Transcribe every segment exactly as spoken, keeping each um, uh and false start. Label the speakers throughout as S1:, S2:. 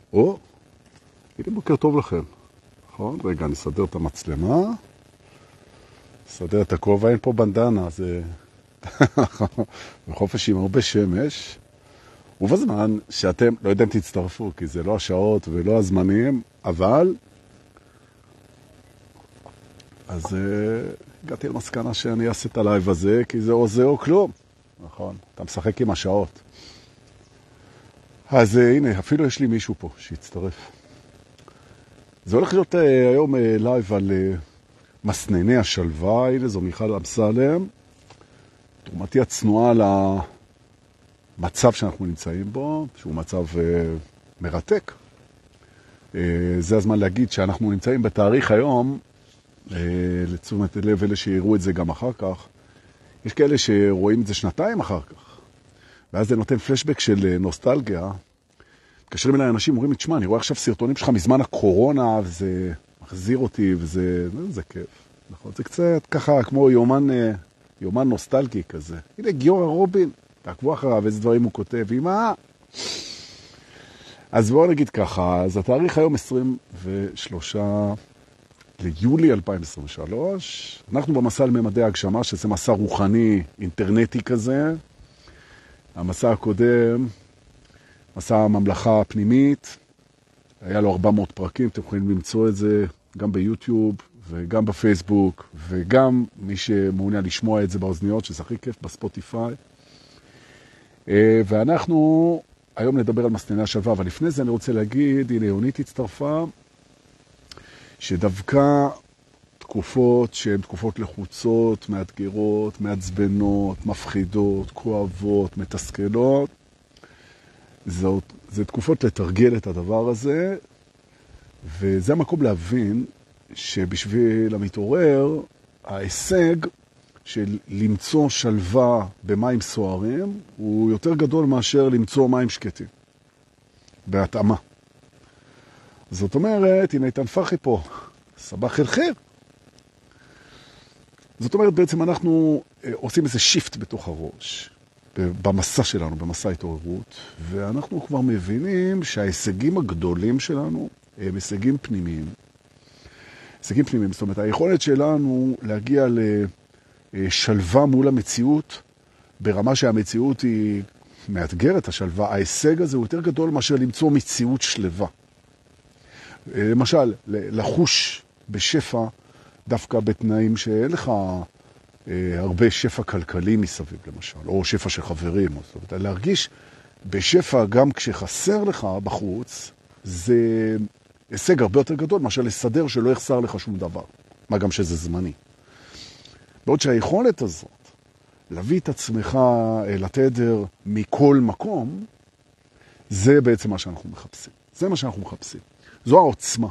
S1: או, הנה בוקר טוב לכם. נכון? רגע, נסדר את המצלמה. נסדר את הכובע, אין פה בנדנה, זה בחופש עם הרבה שמש. ובזמן שאתם, לא יודע אם תצטרפו, כי זה לא השעות ולא הזמנים, אבל אז uh, הגעתי למסקנה שאני אעשה את הלייב הזה, כי זה או זה או כלום. נכון, אתה משחק עם השעות. אז uh, הנה, אפילו יש לי מישהו פה שיצטרף. זה הולך להיות uh, היום uh, לייב על uh, מסנני השלווה. הנה, זו מיכל אמסלם. תרומתי הצנועה למצב שאנחנו נמצאים בו, שהוא מצב uh, מרתק. Uh, זה הזמן להגיד שאנחנו נמצאים בתאריך היום, uh, לתשומת לב אלה שיראו את זה גם אחר כך. יש כאלה שרואים את זה שנתיים אחר כך. ואז זה נותן פלשבק של נוסטלגיה. מתקשרים אליי אנשים, אומרים לי, תשמע, אני רואה עכשיו סרטונים שלך מזמן הקורונה, וזה מחזיר אותי, וזה זה כיף. נכון? זה קצת ככה כמו יומן, יומן נוסטלגי כזה. הנה, גיורא רובין, תעקבו אחריו, איזה דברים הוא כותב, אמא. אז בואו נגיד ככה, אז התאריך היום עשרים ושלושה ליולי אלפיים עשרים ושלוש. אנחנו במסע על ממדי הגשמה, שזה מסע רוחני, אינטרנטי כזה. המסע הקודם, מסע הממלכה הפנימית, היה לו ארבע מאות פרקים, אתם יכולים למצוא את זה גם ביוטיוב וגם בפייסבוק, וגם מי שמעוניין לשמוע את זה באוזניות, שזה הכי כיף, בספוטיפיי. ואנחנו היום נדבר על מסנני השלווה, אבל לפני זה אני רוצה להגיד, הנה יונית הצטרפה, שדווקא תקופות שהן תקופות לחוצות, מאתגרות, מעצבנות, מפחידות, כואבות, מתסכלות, זאת, זה תקופות לתרגל את הדבר הזה, וזה המקום להבין שבשביל המתעורר, ההישג של למצוא שלווה במים סוערים, הוא יותר גדול מאשר למצוא מים שקטים, בהתאמה. זאת אומרת, הנה איתן פרחי פה, סבח אל חיר. זאת אומרת, בעצם אנחנו עושים איזה שיפט בתוך הראש, במסע שלנו, במסע התעוררות, ואנחנו כבר מבינים שההישגים הגדולים שלנו הם הישגים פנימיים. הישגים פנימיים, זאת אומרת, היכולת שלנו להגיע לשלווה מול המציאות, ברמה שהמציאות היא מאתגרת השלווה, ההישג הזה הוא יותר גדול מאשר למצוא מציאות שלווה. למשל, לחוש בשפע, דווקא בתנאים שאין לך הרבה שפע כלכלי מסביב, למשל, או שפע של חברים. זאת אומרת, להרגיש בשפע גם כשחסר לך בחוץ, זה הישג הרבה יותר גדול מאשר לסדר שלא יחסר לך שום דבר, מה גם שזה זמני. בעוד שהיכולת הזאת, להביא את עצמך לתדר מכל מקום, זה בעצם מה שאנחנו מחפשים. זה מה שאנחנו מחפשים. זו העוצמה.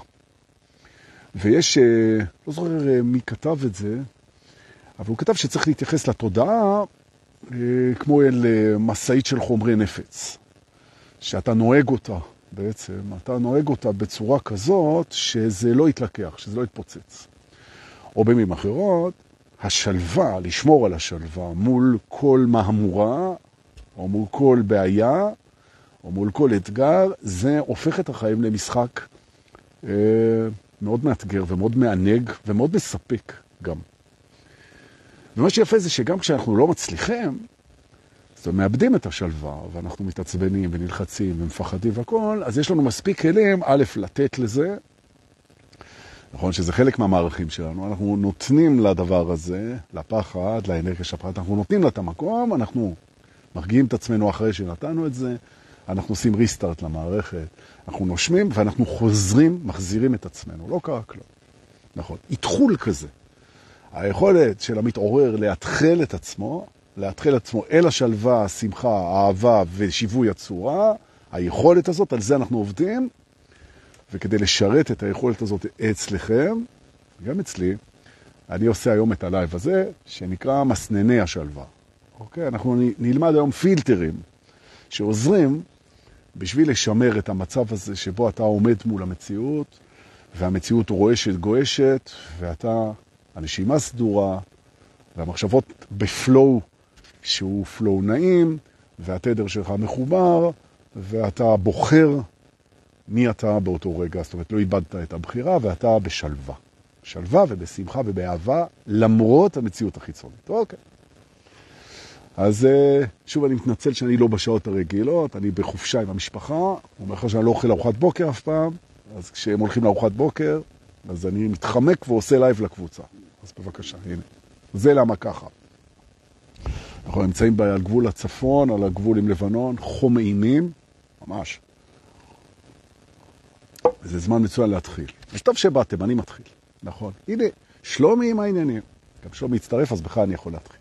S1: ויש, לא זוכר מי כתב את זה, אבל הוא כתב שצריך להתייחס לתודעה כמו אל מסעית של חומרי נפץ. שאתה נוהג אותה בעצם, אתה נוהג אותה בצורה כזאת שזה לא יתלקח, שזה לא יתפוצץ. או במילים אחרות, השלווה, לשמור על השלווה מול כל מהמורה, או מול כל בעיה, או מול כל אתגר, זה הופך את החיים למשחק אה, מאוד מאתגר ומאוד מענג ומאוד מספק גם. ומה שיפה זה שגם כשאנחנו לא מצליחים, אז מאבדים את השלווה, ואנחנו מתעצבנים ונלחצים ומפחדים והכל, אז יש לנו מספיק כלים, א', לתת לזה, נכון שזה חלק מהמערכים שלנו, אנחנו נותנים לדבר הזה, לפחד, לאנרגיה של הפחד, אנחנו נותנים לה את המקום, אנחנו מרגיעים את עצמנו אחרי שנתנו את זה, אנחנו עושים ריסטארט למערכת, אנחנו נושמים ואנחנו חוזרים, מחזירים את עצמנו, לא קרה כלום. נכון, התחול כזה. היכולת של המתעורר להתחל את עצמו, להתחל עצמו אל השלווה, השמחה, האהבה ושיווי הצורה, היכולת הזאת, על זה אנחנו עובדים, וכדי לשרת את היכולת הזאת אצלכם, גם אצלי, אני עושה היום את הלייב הזה, שנקרא מסנני השלווה. אוקיי? אנחנו נלמד היום פילטרים שעוזרים בשביל לשמר את המצב הזה שבו אתה עומד מול המציאות, והמציאות רועשת גועשת, ואתה הנשימה סדורה, והמחשבות בפלואו שהוא פלואו נעים, והתדר שלך מחובר, ואתה בוחר מי אתה באותו רגע, זאת אומרת, לא איבדת את הבחירה, ואתה בשלווה. שלווה ובשמחה ובאהבה, למרות המציאות החיצונית. אוקיי. אז שוב, אני מתנצל שאני לא בשעות הרגילות, אני בחופשה עם המשפחה, הוא אומר לך שאני לא אוכל ארוחת בוקר אף פעם, אז כשהם הולכים לארוחת בוקר, אז אני מתחמק ועושה לייב לקבוצה. אז בבקשה, הנה. זה למה ככה. אנחנו נמצאים על גבול הצפון, על הגבול עם לבנון, חום אימים, ממש. זה זמן מצוין להתחיל. אז טוב שבאתם, אני מתחיל. נכון. הנה, שלומי עם העניינים. גם שלומי יצטרף, אז בכלל אני יכול להתחיל.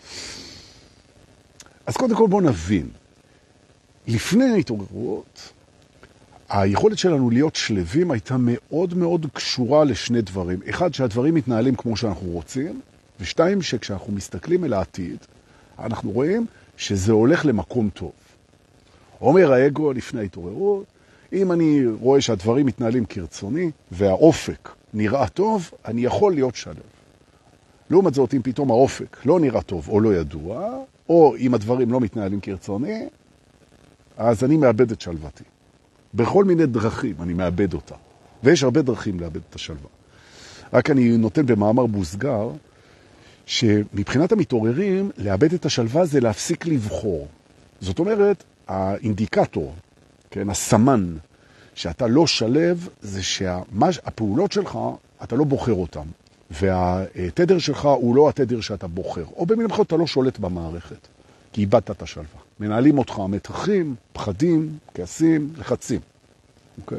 S1: אז קודם כל בואו נבין. לפני ההתעוררות, היכולת שלנו להיות שלבים הייתה מאוד מאוד קשורה לשני דברים. אחד, שהדברים מתנהלים כמו שאנחנו רוצים, ושתיים, שכשאנחנו מסתכלים אל העתיד, אנחנו רואים שזה הולך למקום טוב. אומר האגו לפני ההתעוררות, אם אני רואה שהדברים מתנהלים כרצוני, והאופק נראה טוב, אני יכול להיות שלב. לעומת זאת, אם פתאום האופק לא נראה טוב או לא ידוע, או אם הדברים לא מתנהלים כרצוני, אז אני מאבד את שלוותי. בכל מיני דרכים אני מאבד אותה. ויש הרבה דרכים לאבד את השלווה. רק אני נותן במאמר מוסגר, שמבחינת המתעוררים, לאבד את השלווה זה להפסיק לבחור. זאת אומרת, האינדיקטור, כן, הסמן, שאתה לא שלב, זה שהפעולות שלך, אתה לא בוחר אותן. והתדר שלך הוא לא התדר שאתה בוחר. או במילים אחרות, אתה לא שולט במערכת. כי איבדת את השלווה. מנהלים אותך מתחים, פחדים, כעסים, לחצים. אוקיי?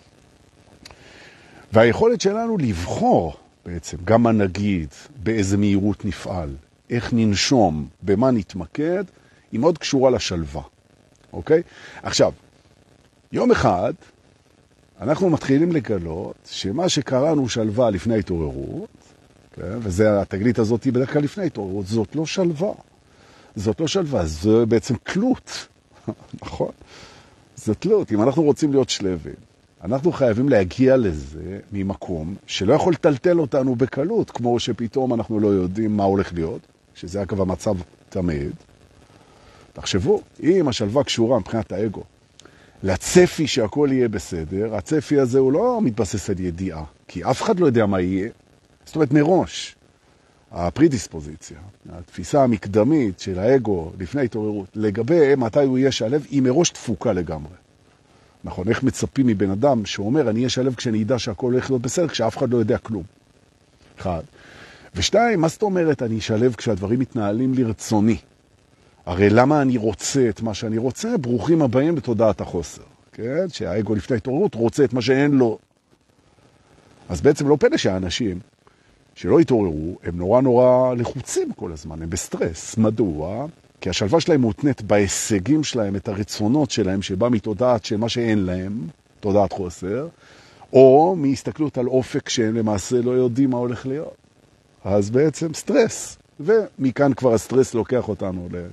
S1: והיכולת שלנו לבחור בעצם, גם מה נגיד, באיזה מהירות נפעל, איך ננשום, במה נתמקד, היא מאוד קשורה לשלווה. אוקיי? עכשיו, יום אחד, אנחנו מתחילים לגלות שמה שקראנו שלווה לפני התעוררות, כן? וזה התגלית הזאת היא בדרך כלל לפני התעוררות, זאת לא שלווה. זאת לא שלווה, זה בעצם תלות. נכון? זה תלות. אם אנחנו רוצים להיות שלבים, אנחנו חייבים להגיע לזה ממקום שלא יכול לטלטל אותנו בקלות, כמו שפתאום אנחנו לא יודעים מה הולך להיות, שזה אגב המצב תמיד. תחשבו, אם השלווה קשורה מבחינת האגו, לצפי שהכל יהיה בסדר, הצפי הזה הוא לא מתבסס על ידיעה, כי אף אחד לא יודע מה יהיה. זאת אומרת, מראש, הפרידיספוזיציה, התפיסה המקדמית של האגו לפני התעוררות, לגבי מתי הוא יהיה שלב, היא מראש תפוקה לגמרי. נכון, איך מצפים מבן אדם שאומר, אני אהיה שלב כשאני ידע שהכל הולך להיות בסדר, כשאף אחד לא יודע כלום. אחד. ושתיים, מה זאת אומרת אני שלב כשהדברים מתנהלים לרצוני? הרי למה אני רוצה את מה שאני רוצה? ברוכים הבאים בתודעת החוסר. כן? שהאגו לפני התעוררות רוצה את מה שאין לו. אז בעצם לא פלא שהאנשים שלא התעוררו, הם נורא נורא לחוצים כל הזמן, הם בסטרס. מדוע? כי השלווה שלהם מותנית בהישגים שלהם, את הרצונות שלהם, שבא מתודעת של מה שאין להם, תודעת חוסר, או מהסתכלות על אופק שהם למעשה לא יודעים מה הולך להיות. אז בעצם סטרס. ומכאן כבר הסטרס לוקח אותנו ל...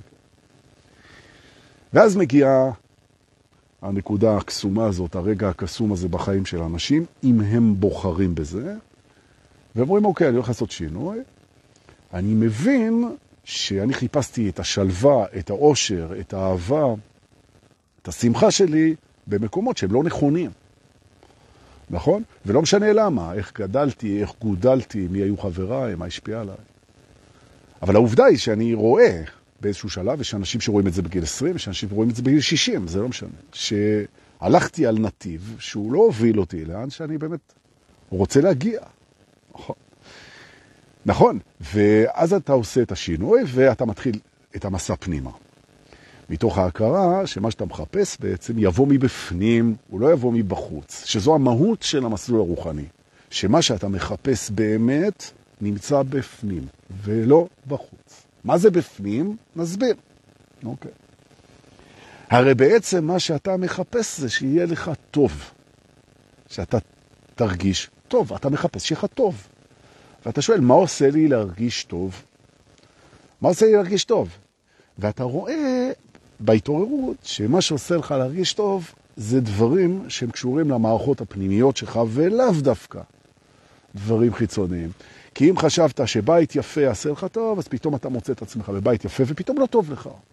S1: ואז מגיעה הנקודה הקסומה הזאת, הרגע הקסום הזה בחיים של האנשים, אם הם בוחרים בזה, ואומרים, אוקיי, אני הולך לעשות שינוי, אני מבין שאני חיפשתי את השלווה, את האושר, את האהבה, את השמחה שלי, במקומות שהם לא נכונים. נכון? ולא משנה למה, איך גדלתי, איך גודלתי, מי היו חבריי, מה השפיע עליי. אבל העובדה היא שאני רואה באיזשהו שלב, יש אנשים שרואים את זה בגיל עשרים, יש אנשים שרואים את זה בגיל שישים, זה לא משנה. שהלכתי על נתיב שהוא לא הוביל אותי לאן שאני באמת רוצה להגיע. נכון. נכון. ואז אתה עושה את השינוי ואתה מתחיל את המסע פנימה. מתוך ההכרה שמה שאתה מחפש בעצם יבוא מבפנים, הוא לא יבוא מבחוץ. שזו המהות של המסלול הרוחני. שמה שאתה מחפש באמת נמצא בפנים ולא בחוץ. מה זה בפנים? נסביר. אוקיי. הרי בעצם מה שאתה מחפש זה שיהיה לך טוב. שאתה תרגיש טוב. אתה מחפש שיהיה לך טוב. ואתה שואל, מה עושה לי להרגיש טוב? מה עושה לי להרגיש טוב? ואתה רואה בהתעוררות שמה שעושה לך להרגיש טוב זה דברים שהם קשורים למערכות הפנימיות שלך ולאו דווקא דברים חיצוניים. כי אם חשבת שבית יפה יעשה לך טוב, אז פתאום אתה מוצא את עצמך בבית יפה ופתאום לא טוב לך.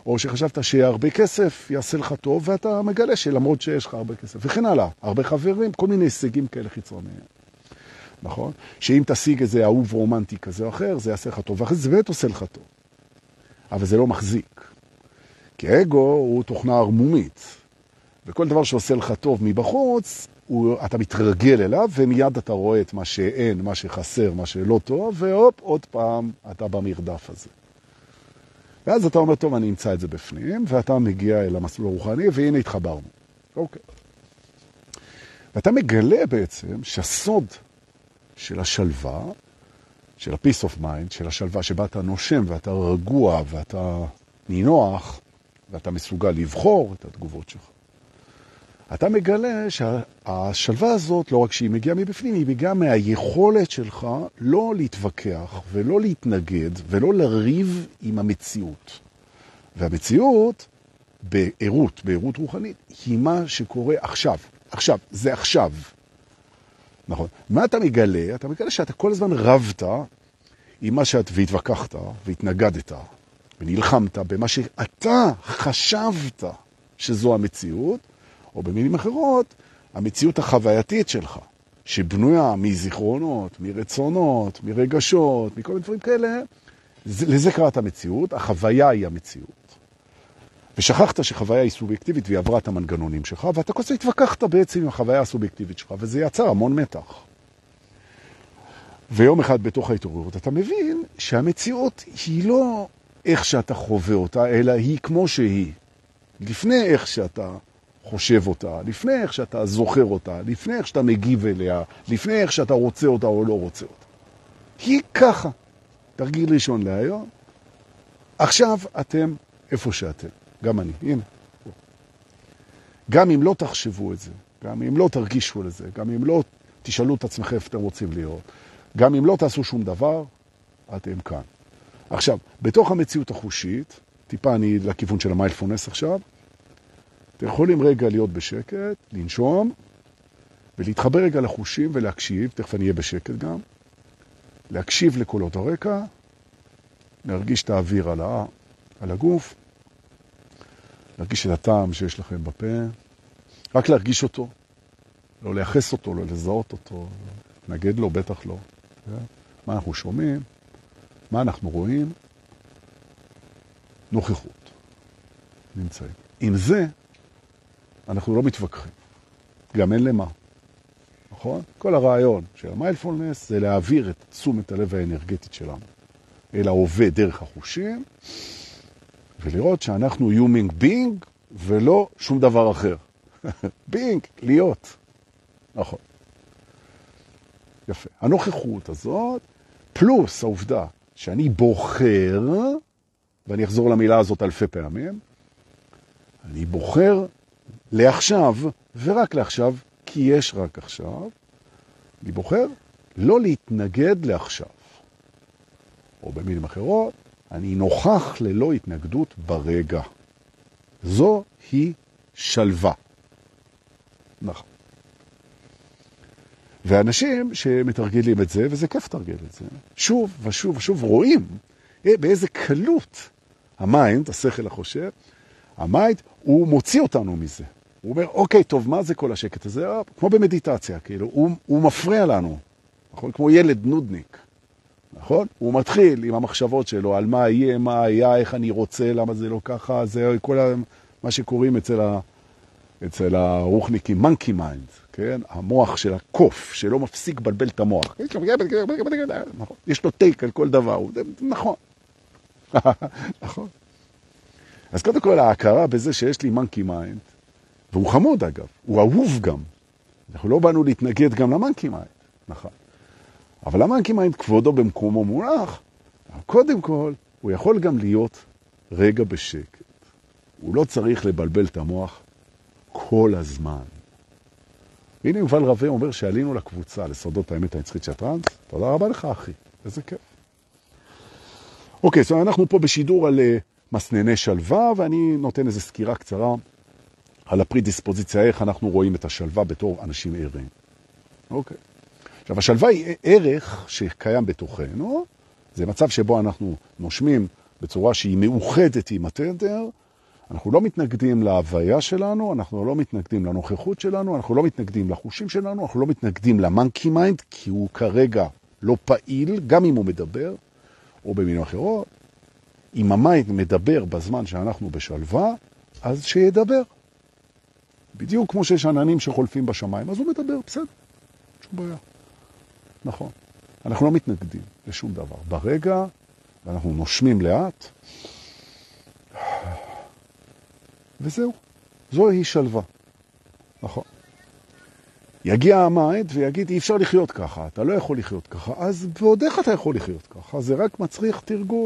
S1: או שחשבת שיהיה הרבה כסף, יעשה לך טוב, ואתה מגלה שלמרות שיש לך הרבה כסף, וכן הלאה. הרבה חברים, כל מיני הישגים כאלה חיצוניים. נכון? שאם תשיג איזה אהוב רומנטי כזה או אחר, זה יעשה לך טוב, ואחרי זה באמת עושה לך טוב. אבל זה לא מחזיק. כי האגו הוא תוכנה ערמומית, וכל דבר שעושה לך טוב מבחוץ, הוא, אתה מתרגל אליו, ומיד אתה רואה את מה שאין, מה שחסר, מה שלא טוב, והופ, עוד פעם אתה במרדף הזה. ואז אתה אומר, טוב, אני אמצא את זה בפנים, ואתה מגיע אל המסלול הרוחני, והנה התחברנו. אוקיי. ואתה מגלה בעצם שהסוד של השלווה, של ה-peace of mind, של השלווה שבה אתה נושם, ואתה רגוע, ואתה נינוח, ואתה מסוגל לבחור את התגובות שלך. אתה מגלה שהשלווה הזאת, לא רק שהיא מגיעה מבפנים, היא מגיעה מהיכולת שלך לא להתווכח ולא להתנגד ולא לריב עם המציאות. והמציאות בעירות, בעירות רוחנית, היא מה שקורה עכשיו. עכשיו, זה עכשיו. נכון. מה אתה מגלה? אתה מגלה שאתה כל הזמן רבת עם מה שאת והתווכחת והתנגדת ונלחמת במה שאתה חשבת שזו המציאות, או במילים אחרות, המציאות החווייתית שלך, שבנויה מזיכרונות, מרצונות, מרגשות, מכל מיני דברים כאלה, לזה קראת המציאות, החוויה היא המציאות. ושכחת שחוויה היא סובייקטיבית והיא עברה את המנגנונים שלך, ואתה כל כך התווכחת בעצם עם החוויה הסובייקטיבית שלך, וזה יצר המון מתח. ויום אחד בתוך ההתעוררות אתה מבין שהמציאות היא לא איך שאתה חווה אותה, אלא היא כמו שהיא. לפני איך שאתה חושב אותה, לפני איך שאתה זוכר אותה, לפני איך שאתה מגיב אליה, לפני איך שאתה רוצה אותה או לא רוצה אותה. היא ככה. תרגיל ראשון להיום. עכשיו אתם איפה שאתם. גם אני. הנה. גם אם לא תחשבו את זה, גם אם לא תרגישו לזה, גם אם לא תשאלו את עצמכם איפה אתם רוצים להיות, גם אם לא תעשו שום דבר, אתם כאן. עכשיו, בתוך המציאות החושית, טיפה אני לכיוון של המיינדפולנס עכשיו, אתם יכולים רגע להיות בשקט, לנשום, ולהתחבר רגע לחושים ולהקשיב, תכף אני אהיה בשקט גם, להקשיב לקולות הרקע, להרגיש את האוויר על, ה... על הגוף, להרגיש את הטעם שיש לכם בפה, רק להרגיש אותו, לא לייחס אותו, לא לזהות אותו, נגד לו, בטח לא. מה אנחנו שומעים, מה אנחנו רואים, נוכחות, נמצאים. עם זה, אנחנו לא מתווכחים. גם אין למה. נכון? כל הרעיון של המיינדפולנס זה להעביר את תשומת הלב האנרגטית שלנו אל ההווה דרך החושים, ולראות שאנחנו human being ולא שום דבר אחר. being, להיות. נכון. יפה. הנוכחות הזאת, פלוס העובדה שאני בוחר, ואני אחזור למילה הזאת אלפי פעמים, אני בוחר לעכשיו, ורק לעכשיו, כי יש רק עכשיו, אני בוחר לא להתנגד לעכשיו. או במילים אחרות, אני נוכח ללא התנגדות ברגע. זו היא שלווה. נכון. ואנשים שמתרגלים את זה, וזה כיף תרגל את זה, שוב ושוב ושוב רואים באיזה קלות המיינד, השכל החושב, המיינד, הוא מוציא אותנו מזה. הוא אומר, אוקיי, טוב, מה זה כל השקט הזה? כמו במדיטציה, כאילו, הוא, הוא מפריע לנו. נכון? כמו ילד נודניק. נכון? הוא מתחיל עם המחשבות שלו על מה יהיה, מה היה, איך אני רוצה, למה זה לא ככה, זה כל מה שקוראים אצל, ה, אצל הרוחניקים, מנקי מיינד, כן? המוח של הקוף, שלא מפסיק בלבל את המוח. יש לו טייק על כל דבר, נכון. נכון. אז קודם כל ההכרה בזה שיש לי מנקי מיינד, והוא חמוד אגב, הוא אהוב גם. אנחנו לא באנו להתנגד גם למנקי מיינד, נכון. אבל המנקי מיינד כבודו במקומו מונח, קודם כל הוא יכול גם להיות רגע בשקט. הוא לא צריך לבלבל את המוח כל הזמן. והנה יובל רווה אומר שעלינו לקבוצה, לסודות האמת הנצחית של הטרנס. תודה רבה לך אחי, איזה כיף. אוקיי, אז אנחנו פה בשידור על מסנני שלווה, ואני נותן איזו סקירה קצרה על הפרידיספוזיציה, איך אנחנו רואים את השלווה בתור אנשים ערים. אוקיי. עכשיו, השלווה היא ערך שקיים בתוכנו, זה מצב שבו אנחנו נושמים בצורה שהיא מאוחדת עם התדר, אנחנו לא מתנגדים להוויה שלנו, אנחנו לא מתנגדים לנוכחות שלנו, אנחנו לא מתנגדים לחושים שלנו, אנחנו לא מתנגדים למנקי מיינד, כי הוא כרגע לא פעיל, גם אם הוא מדבר, או במילים אחרות. אם המיינד מדבר בזמן שאנחנו בשלווה, אז שידבר. בדיוק כמו שיש עננים שחולפים בשמיים, אז הוא מדבר, בסדר, שום בעיה. נכון. אנחנו לא מתנגדים לשום דבר. ברגע, ואנחנו נושמים לאט, וזהו. זוהי שלווה. נכון. יגיע המיינד ויגיד, אי אפשר לחיות ככה, אתה לא יכול לחיות ככה, אז ועוד איך אתה יכול לחיות ככה? זה רק מצריך תרגול.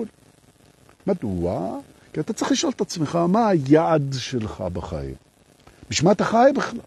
S1: מדוע? כי אתה צריך לשאול את עצמך, מה היעד שלך בחיים? בשביל מה אתה חי בכלל?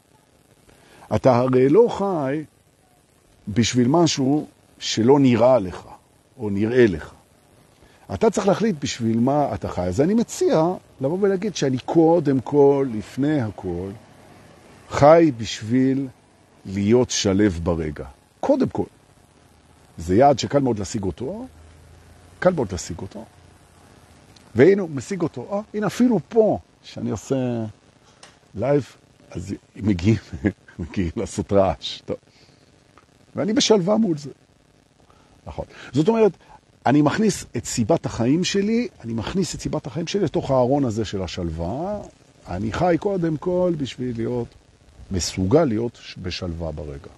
S1: אתה הרי לא חי בשביל משהו שלא נראה לך, או נראה לך. אתה צריך להחליט בשביל מה אתה חי. אז אני מציע לבוא ולהגיד שאני קודם כל, לפני הכל, חי בשביל להיות שלב ברגע. קודם כל. זה יעד שקל מאוד להשיג אותו, קל מאוד להשיג אותו. והנה הוא משיג אותו. אה, הנה אפילו פה, שאני עושה לייב, אז מגיעים, מגיעים לעשות רעש. טוב. ואני בשלווה מול זה. נכון. זאת אומרת, אני מכניס את סיבת החיים שלי, אני מכניס את סיבת החיים שלי לתוך הארון הזה של השלווה. אני חי קודם כל בשביל להיות מסוגל להיות בשלווה ברגע.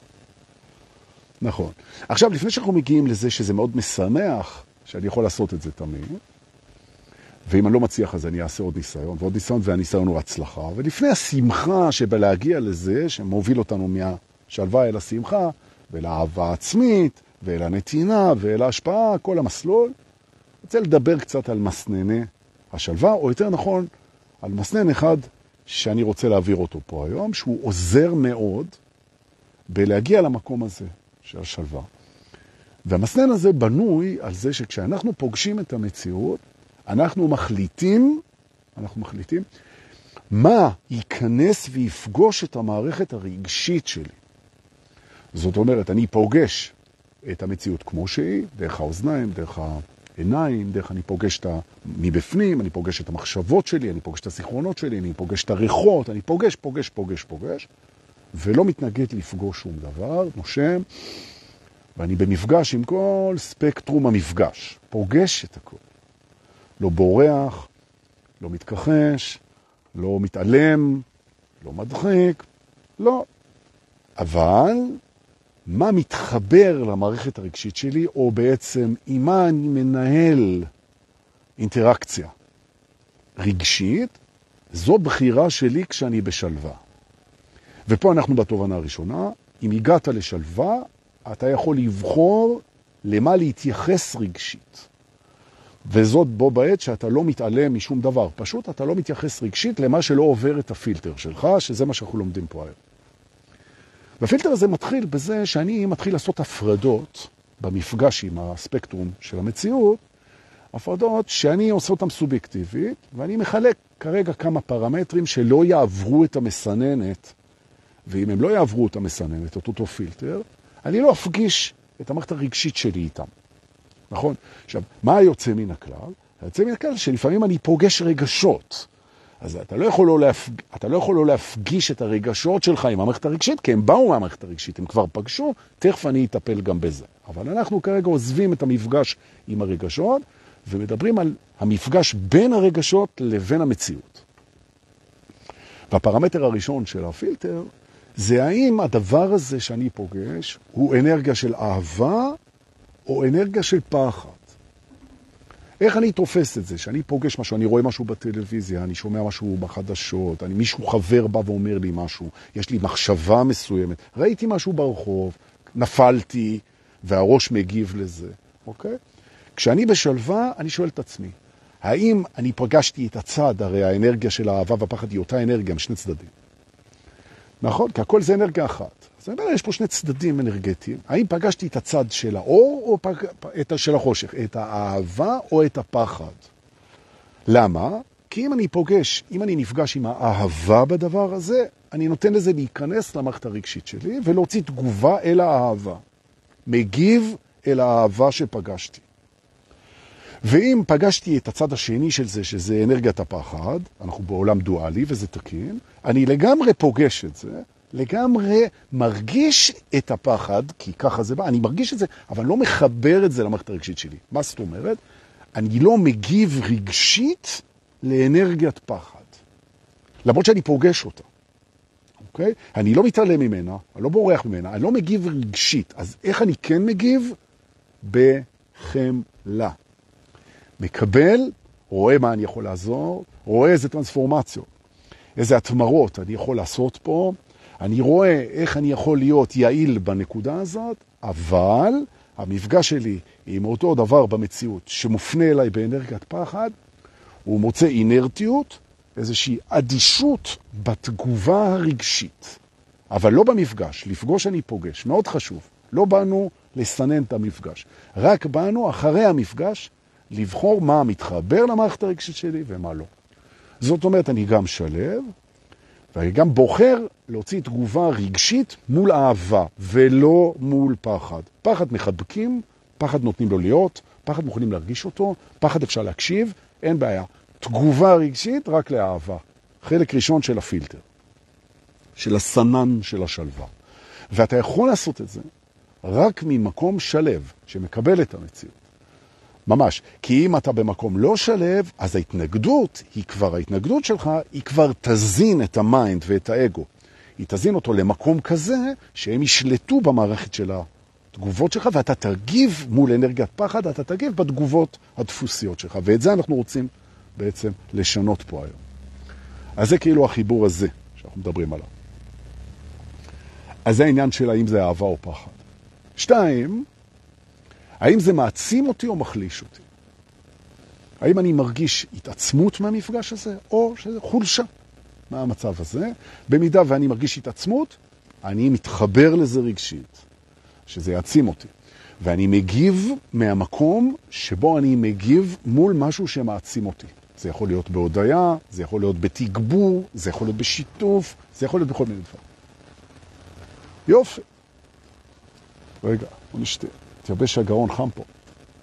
S1: נכון. עכשיו, לפני שאנחנו מגיעים לזה שזה מאוד משמח, שאני יכול לעשות את זה תמיד, ואם אני לא מצליח אז אני אעשה עוד ניסיון, ועוד ניסיון, והניסיון הוא הצלחה. ולפני השמחה שבלהגיע לזה, שמוביל אותנו מהשלווה אל השמחה, ואל האהבה עצמית, ואל הנתינה, ואל ההשפעה, כל המסלול, אני רוצה לדבר קצת על מסנני השלווה, או יותר נכון, על מסנן אחד שאני רוצה להעביר אותו פה היום, שהוא עוזר מאוד בלהגיע למקום הזה של השלווה. והמסנן הזה בנוי על זה שכשאנחנו פוגשים את המציאות, אנחנו מחליטים, אנחנו מחליטים, מה ייכנס ויפגוש את המערכת הרגשית שלי. זאת אומרת, אני פוגש את המציאות כמו שהיא, דרך האוזניים, דרך העיניים, דרך אני פוגש את מבפנים, אני פוגש את המחשבות שלי, אני פוגש את הזיכרונות שלי, אני פוגש את הריחות, אני פוגש, פוגש, פוגש, פוגש, ולא מתנגד לפגוש שום דבר, נושם, ואני במפגש עם כל ספקטרום המפגש, פוגש את הכל. לא בורח, לא מתכחש, לא מתעלם, לא מדחיק, לא. אבל מה מתחבר למערכת הרגשית שלי, או בעצם עם מה אני מנהל אינטראקציה רגשית, זו בחירה שלי כשאני בשלווה. ופה אנחנו בתובנה הראשונה, אם הגעת לשלווה, אתה יכול לבחור למה להתייחס רגשית. וזאת בו בעת שאתה לא מתעלם משום דבר. פשוט אתה לא מתייחס רגשית למה שלא עובר את הפילטר שלך, שזה מה שאנחנו לומדים פה היום. והפילטר הזה מתחיל בזה שאני מתחיל לעשות הפרדות במפגש עם הספקטרום של המציאות, הפרדות שאני עושה אותן סובייקטיבית, ואני מחלק כרגע כמה פרמטרים שלא יעברו את המסננת, ואם הם לא יעברו את המסננת, את אותו פילטר, אני לא אפגיש את המערכת הרגשית שלי איתם. נכון? עכשיו, מה היוצא מן הכלל? היוצא מן הכלל שלפעמים אני פוגש רגשות. אז אתה לא יכול לא, להפג... אתה לא יכול לא להפגיש את הרגשות שלך עם המערכת הרגשית, כי הם באו מהמערכת הרגשית, הם כבר פגשו, תכף אני אטפל גם בזה. אבל אנחנו כרגע עוזבים את המפגש עם הרגשות, ומדברים על המפגש בין הרגשות לבין המציאות. והפרמטר הראשון של הפילטר, זה האם הדבר הזה שאני פוגש, הוא אנרגיה של אהבה, או אנרגיה של פחד. איך אני תופס את זה? שאני פוגש משהו, אני רואה משהו בטלוויזיה, אני שומע משהו בחדשות, אני, מישהו חבר בא ואומר לי משהו, יש לי מחשבה מסוימת, ראיתי משהו ברחוב, נפלתי, והראש מגיב לזה, אוקיי? כשאני בשלווה, אני שואל את עצמי, האם אני פגשתי את הצד, הרי האנרגיה של האהבה והפחד היא אותה אנרגיה משני צדדים. נכון? כי הכל זה אנרגיה אחת. אז אני אומר, יש פה שני צדדים אנרגטיים. האם פגשתי את הצד של האור או פג... את של החושך? את האהבה או את הפחד? למה? כי אם אני פוגש, אם אני נפגש עם האהבה בדבר הזה, אני נותן לזה להיכנס למערכת הרגשית שלי ולהוציא תגובה אל האהבה. מגיב אל האהבה שפגשתי. ואם פגשתי את הצד השני של זה, שזה אנרגיית הפחד, אנחנו בעולם דואלי וזה תקין, אני לגמרי פוגש את זה, לגמרי מרגיש את הפחד, כי ככה זה בא, אני מרגיש את זה, אבל לא מחבר את זה למערכת הרגשית שלי. מה זאת אומרת? אני לא מגיב רגשית לאנרגיית פחד. למרות שאני פוגש אותה. אוקיי? אני לא מתעלם ממנה, אני לא בורח ממנה, אני לא מגיב רגשית. אז איך אני כן מגיב? בחמלה. מקבל, רואה מה אני יכול לעזור, רואה איזה טרנספורמציות, איזה התמרות אני יכול לעשות פה, אני רואה איך אני יכול להיות יעיל בנקודה הזאת, אבל המפגש שלי עם אותו דבר במציאות שמופנה אליי באנרגיית פחד, הוא מוצא אינרטיות, איזושהי אדישות בתגובה הרגשית. אבל לא במפגש, לפגוש אני פוגש, מאוד חשוב. לא באנו לסנן את המפגש, רק באנו אחרי המפגש לבחור מה מתחבר למערכת הרגשית שלי ומה לא. זאת אומרת, אני גם שלב, ואני גם בוחר להוציא תגובה רגשית מול אהבה, ולא מול פחד. פחד מחבקים, פחד נותנים לו להיות, פחד מוכנים להרגיש אותו, פחד אפשר להקשיב, אין בעיה. תגובה רגשית רק לאהבה. חלק ראשון של הפילטר, של הסנן של השלווה. ואתה יכול לעשות את זה רק ממקום שלב, שמקבל את המציאות. ממש. כי אם אתה במקום לא שלב, אז ההתנגדות, היא כבר, ההתנגדות שלך, היא כבר תזין את המיינד ואת האגו. היא תזין אותו למקום כזה, שהם ישלטו במערכת של התגובות שלך, ואתה תגיב מול אנרגיית פחד, אתה תגיב בתגובות הדפוסיות שלך. ואת זה אנחנו רוצים בעצם לשנות פה היום. אז זה כאילו החיבור הזה, שאנחנו מדברים עליו. אז זה העניין של האם זה אהבה או פחד. שתיים, האם זה מעצים אותי או מחליש אותי? האם אני מרגיש התעצמות מהמפגש הזה, או שזה חולשה מהמצב הזה? במידה ואני מרגיש התעצמות, אני מתחבר לזה רגשית, שזה יעצים אותי. ואני מגיב מהמקום שבו אני מגיב מול משהו שמעצים אותי. זה יכול להיות בהודעה, זה יכול להיות בתגבור, זה יכול להיות בשיתוף, זה יכול להיות בכל מיני דבר. יופי. רגע, בוא נשתה. תייבש הגרון חם פה.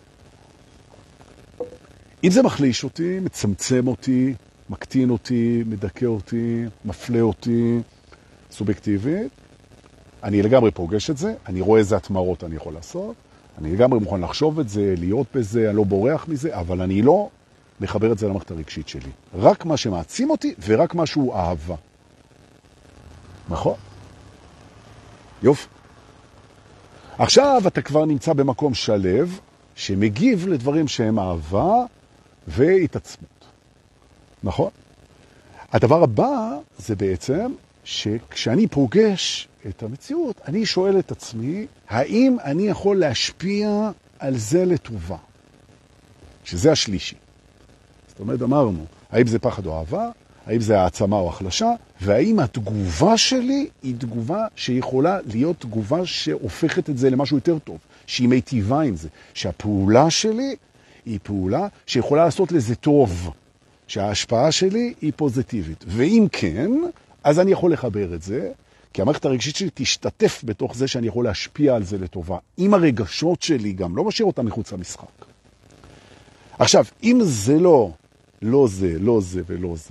S1: אם זה מחליש אותי, מצמצם אותי, מקטין אותי, מדכא אותי, מפלה אותי, סובייקטיבית, אני לגמרי פוגש את זה, אני רואה איזה התמרות אני יכול לעשות, אני לגמרי מוכן לחשוב את זה, להיות בזה, אני לא בורח מזה, אבל אני לא מחבר את זה למערכת הרגשית שלי. רק מה שמעצים אותי ורק מה שהוא אהבה. נכון? יופי. עכשיו אתה כבר נמצא במקום שלב שמגיב לדברים שהם אהבה והתעצמות. נכון? הדבר הבא זה בעצם שכשאני פוגש את המציאות, אני שואל את עצמי, האם אני יכול להשפיע על זה לטובה? שזה השלישי. זאת אומרת, אמרנו, האם זה פחד או אהבה, האם זה העצמה או החלשה, והאם התגובה שלי היא תגובה שיכולה להיות תגובה שהופכת את זה למשהו יותר טוב, שהיא מיטיבה עם זה, שהפעולה שלי היא פעולה שיכולה לעשות לזה טוב, שההשפעה שלי היא פוזיטיבית. ואם כן, אז אני יכול לחבר את זה, כי המערכת הרגשית שלי תשתתף בתוך זה שאני יכול להשפיע על זה לטובה. עם הרגשות שלי גם, לא משאיר אותם מחוץ למשחק. עכשיו, אם זה לא, לא זה, לא זה ולא זה,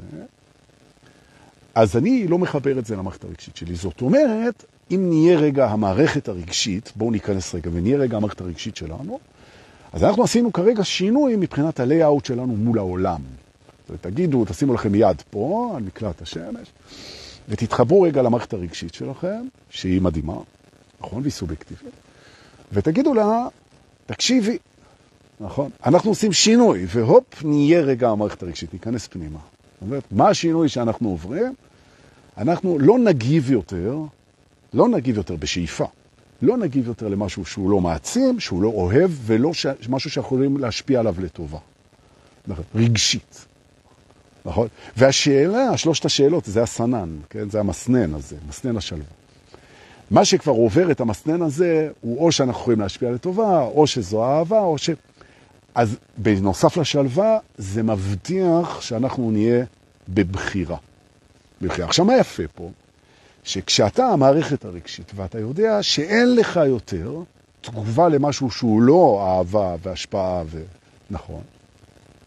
S1: אז אני לא מחבר את זה למערכת הרגשית שלי. זאת אומרת, אם נהיה רגע המערכת הרגשית, בואו ניכנס רגע ונהיה רגע המערכת הרגשית שלנו, אז אנחנו עשינו כרגע שינוי מבחינת הלייאוט שלנו מול העולם. תגידו, תשימו לכם יד פה, על מקלט השמש, ותתחברו רגע למערכת הרגשית שלכם, שהיא מדהימה, נכון? והיא סובייקטיבית, ותגידו לה, תקשיבי, נכון? אנחנו עושים שינוי, והופ, נהיה רגע המערכת הרגשית, ניכנס פנימה. זאת אומרת, מה השינוי שאנחנו עוברים? אנחנו לא נגיב יותר, לא נגיב יותר בשאיפה, לא נגיב יותר למשהו שהוא לא מעצים, שהוא לא אוהב, ולא ש... משהו שיכולים להשפיע עליו לטובה. נכון? רגשית. נכון? והשאלה, שלושת השאלות, זה הסנן, כן? זה המסנן הזה, מסנן השלווה. מה שכבר עובר את המסנן הזה, הוא או שאנחנו יכולים להשפיע לטובה, או שזו אהבה, או ש... אז בנוסף לשלווה, זה מבטיח שאנחנו נהיה בבחירה. בבחירה. עכשיו, מה יפה פה? שכשאתה המערכת הרגשית, ואתה יודע שאין לך יותר תגובה למשהו שהוא לא אהבה והשפעה, ו... נכון.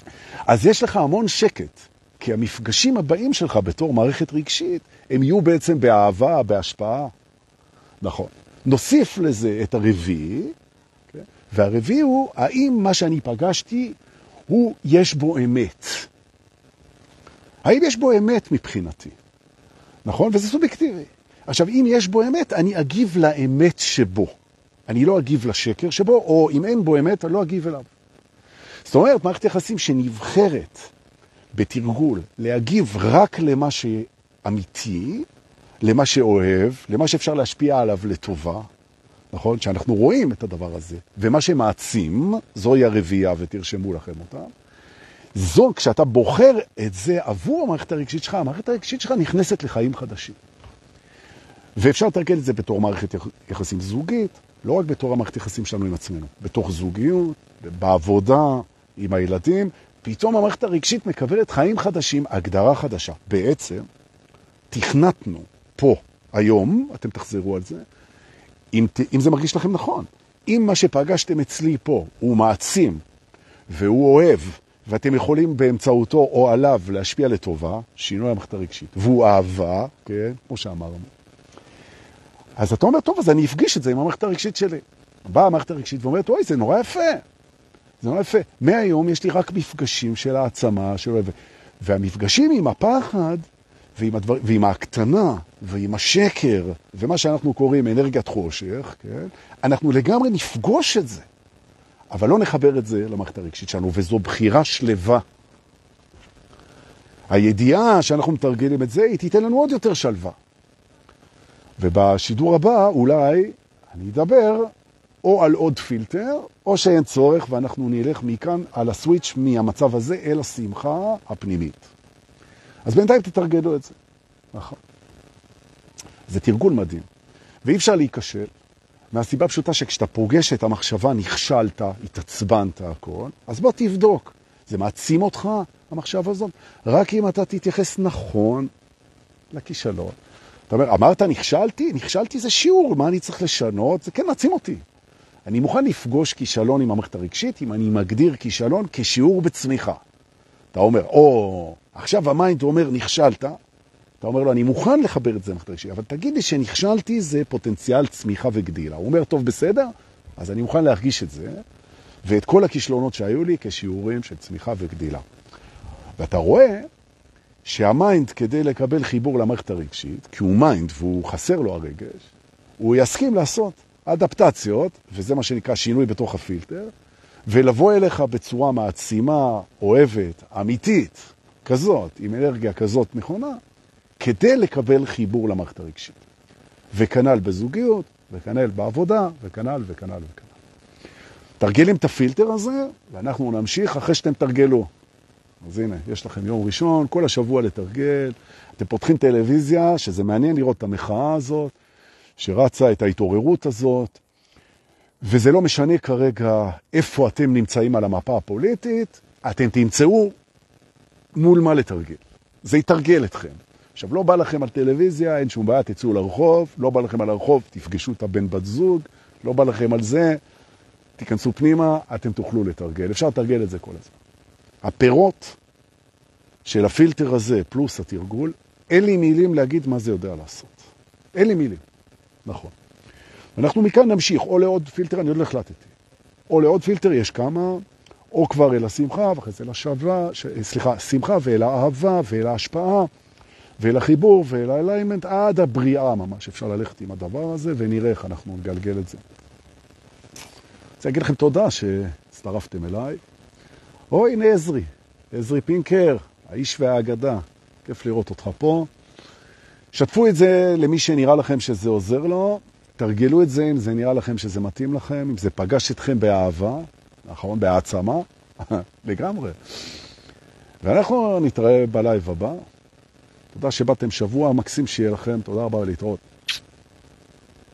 S1: אז יש לך המון שקט, כי המפגשים הבאים שלך בתור מערכת רגשית, הם יהיו בעצם באהבה, בהשפעה. נכון. נוסיף לזה את הרביעי, okay? והרביעי הוא, האם מה שאני פגשתי, הוא יש בו אמת. האם יש בו אמת מבחינתי? נכון? וזה סובייקטיבי. עכשיו, אם יש בו אמת, אני אגיב לאמת שבו. אני לא אגיב לשקר שבו, או אם אין בו אמת, אני לא אגיב אליו. זאת אומרת, מערכת יחסים שנבחרת בתרגול, להגיב רק למה שאמיתי, למה שאוהב, למה שאפשר להשפיע עליו לטובה, נכון? שאנחנו רואים את הדבר הזה. ומה שמעצים, זוהי הרביעייה, ותרשמו לכם אותה. זו, כשאתה בוחר את זה עבור המערכת הרגשית שלך, המערכת הרגשית שלך נכנסת לחיים חדשים. ואפשר לתרגל את זה בתור מערכת יחסים זוגית, לא רק בתור המערכת יחסים שלנו עם עצמנו, בתוך זוגיות, בעבודה, עם הילדים, פתאום המערכת הרגשית מקבלת חיים חדשים, הגדרה חדשה. בעצם, תכנתנו פה, היום, אתם תחזרו על זה, אם, אם זה מרגיש לכם נכון. אם מה שפגשתם אצלי פה הוא מעצים, והוא אוהב, ואתם יכולים באמצעותו או עליו להשפיע לטובה, שינוי המערכת הרגשית, והוא אהבה, כן, כמו שאמרנו. אז אתה אומר, טוב, אז אני אפגיש את זה עם המערכת הרגשית שלי. באה המערכת הרגשית ואומרת, אוי, זה נורא יפה. זה נורא יפה. מהיום יש לי רק מפגשים של העצמה, של... והמפגשים עם הפחד, ועם, הדבר... ועם ההקטנה, ועם השקר, ומה שאנחנו קוראים אנרגיית חושך, כן? אנחנו לגמרי נפגוש את זה. אבל לא נחבר את זה למערכת הרגשית שלנו, וזו בחירה שלווה. הידיעה שאנחנו מתרגלים את זה, היא תיתן לנו עוד יותר שלווה. ובשידור הבא אולי אני אדבר או על עוד פילטר, או שאין צורך, ואנחנו נלך מכאן על הסוויץ' מהמצב הזה אל השמחה הפנימית. אז בינתיים תתרגלו את זה. נכון. זה תרגול מדהים. ואי אפשר להיקשל, מהסיבה פשוטה שכשאתה פוגש את המחשבה, נכשלת, התעצבנת הכל, אז בוא תבדוק. זה מעצים אותך, המחשבה הזאת. רק אם אתה תתייחס נכון לכישלון. אתה אומר, אמרת נכשלתי? נכשלתי זה שיעור, מה אני צריך לשנות? זה כן מעצים אותי. אני מוכן לפגוש כישלון עם המערכת הרגשית, אם אני מגדיר כישלון כשיעור בצמיחה. אתה אומר, או, עכשיו המיינד אומר, נכשלת. אתה אומר לו, אני מוכן לחבר את זה למערכת הרגשית, אבל תגיד לי שנכשלתי זה פוטנציאל צמיחה וגדילה. הוא אומר, טוב, בסדר? אז אני מוכן להרגיש את זה, ואת כל הכישלונות שהיו לי כשיעורים של צמיחה וגדילה. ואתה רואה שהמיינד כדי לקבל חיבור למערכת הרגשית, כי הוא מיינד והוא חסר לו הרגש, הוא יסכים לעשות אדפטציות, וזה מה שנקרא שינוי בתוך הפילטר, ולבוא אליך בצורה מעצימה, אוהבת, אמיתית, כזאת, עם אנרגיה כזאת נכונה, כדי לקבל חיבור למערכת הרגשית. וכנל בזוגיות, וכנל בעבודה, וכנל וכנל וכנל. תרגלים את הפילטר הזה, ואנחנו נמשיך אחרי שאתם תרגלו. אז הנה, יש לכם יום ראשון, כל השבוע לתרגל, אתם פותחים טלוויזיה, שזה מעניין לראות את המחאה הזאת, שרצה את ההתעוררות הזאת, וזה לא משנה כרגע איפה אתם נמצאים על המפה הפוליטית, אתם תמצאו מול מה לתרגל. זה יתרגל אתכם. עכשיו, לא בא לכם על טלוויזיה, אין שום בעיה, תצאו לרחוב, לא בא לכם על הרחוב, תפגשו את הבן בת זוג, לא בא לכם על זה, תיכנסו פנימה, אתם תוכלו לתרגל. אפשר לתרגל את זה כל הזמן. הפירות של הפילטר הזה פלוס התרגול, אין לי מילים להגיד מה זה יודע לעשות. אין לי מילים. נכון. אנחנו מכאן נמשיך, או לעוד פילטר, אני עוד לא החלטתי. או לעוד פילטר, יש כמה, או כבר אל השמחה, ואחרי זה אל השווה, ש... סליחה, שמחה ואל האהבה, ואל ההשפעה, ואל החיבור, ואל האליימנט, עד הבריאה ממש. אפשר ללכת עם הדבר הזה, ונראה איך אנחנו נגלגל את זה. אני רוצה להגיד לכם תודה שהצטרפתם אליי. או, הנה עזרי, עזרי פינקר, האיש והאגדה. כיף לראות אותך פה. שתפו את זה למי שנראה לכם שזה עוזר לו. תרגלו את זה אם זה נראה לכם שזה מתאים לכם, אם זה פגש אתכם באהבה, נכון, בהעצמה, לגמרי. ואנחנו נתראה בלייב הבא. תודה שבאתם שבוע מקסים שיהיה לכם. תודה רבה ולהתראות.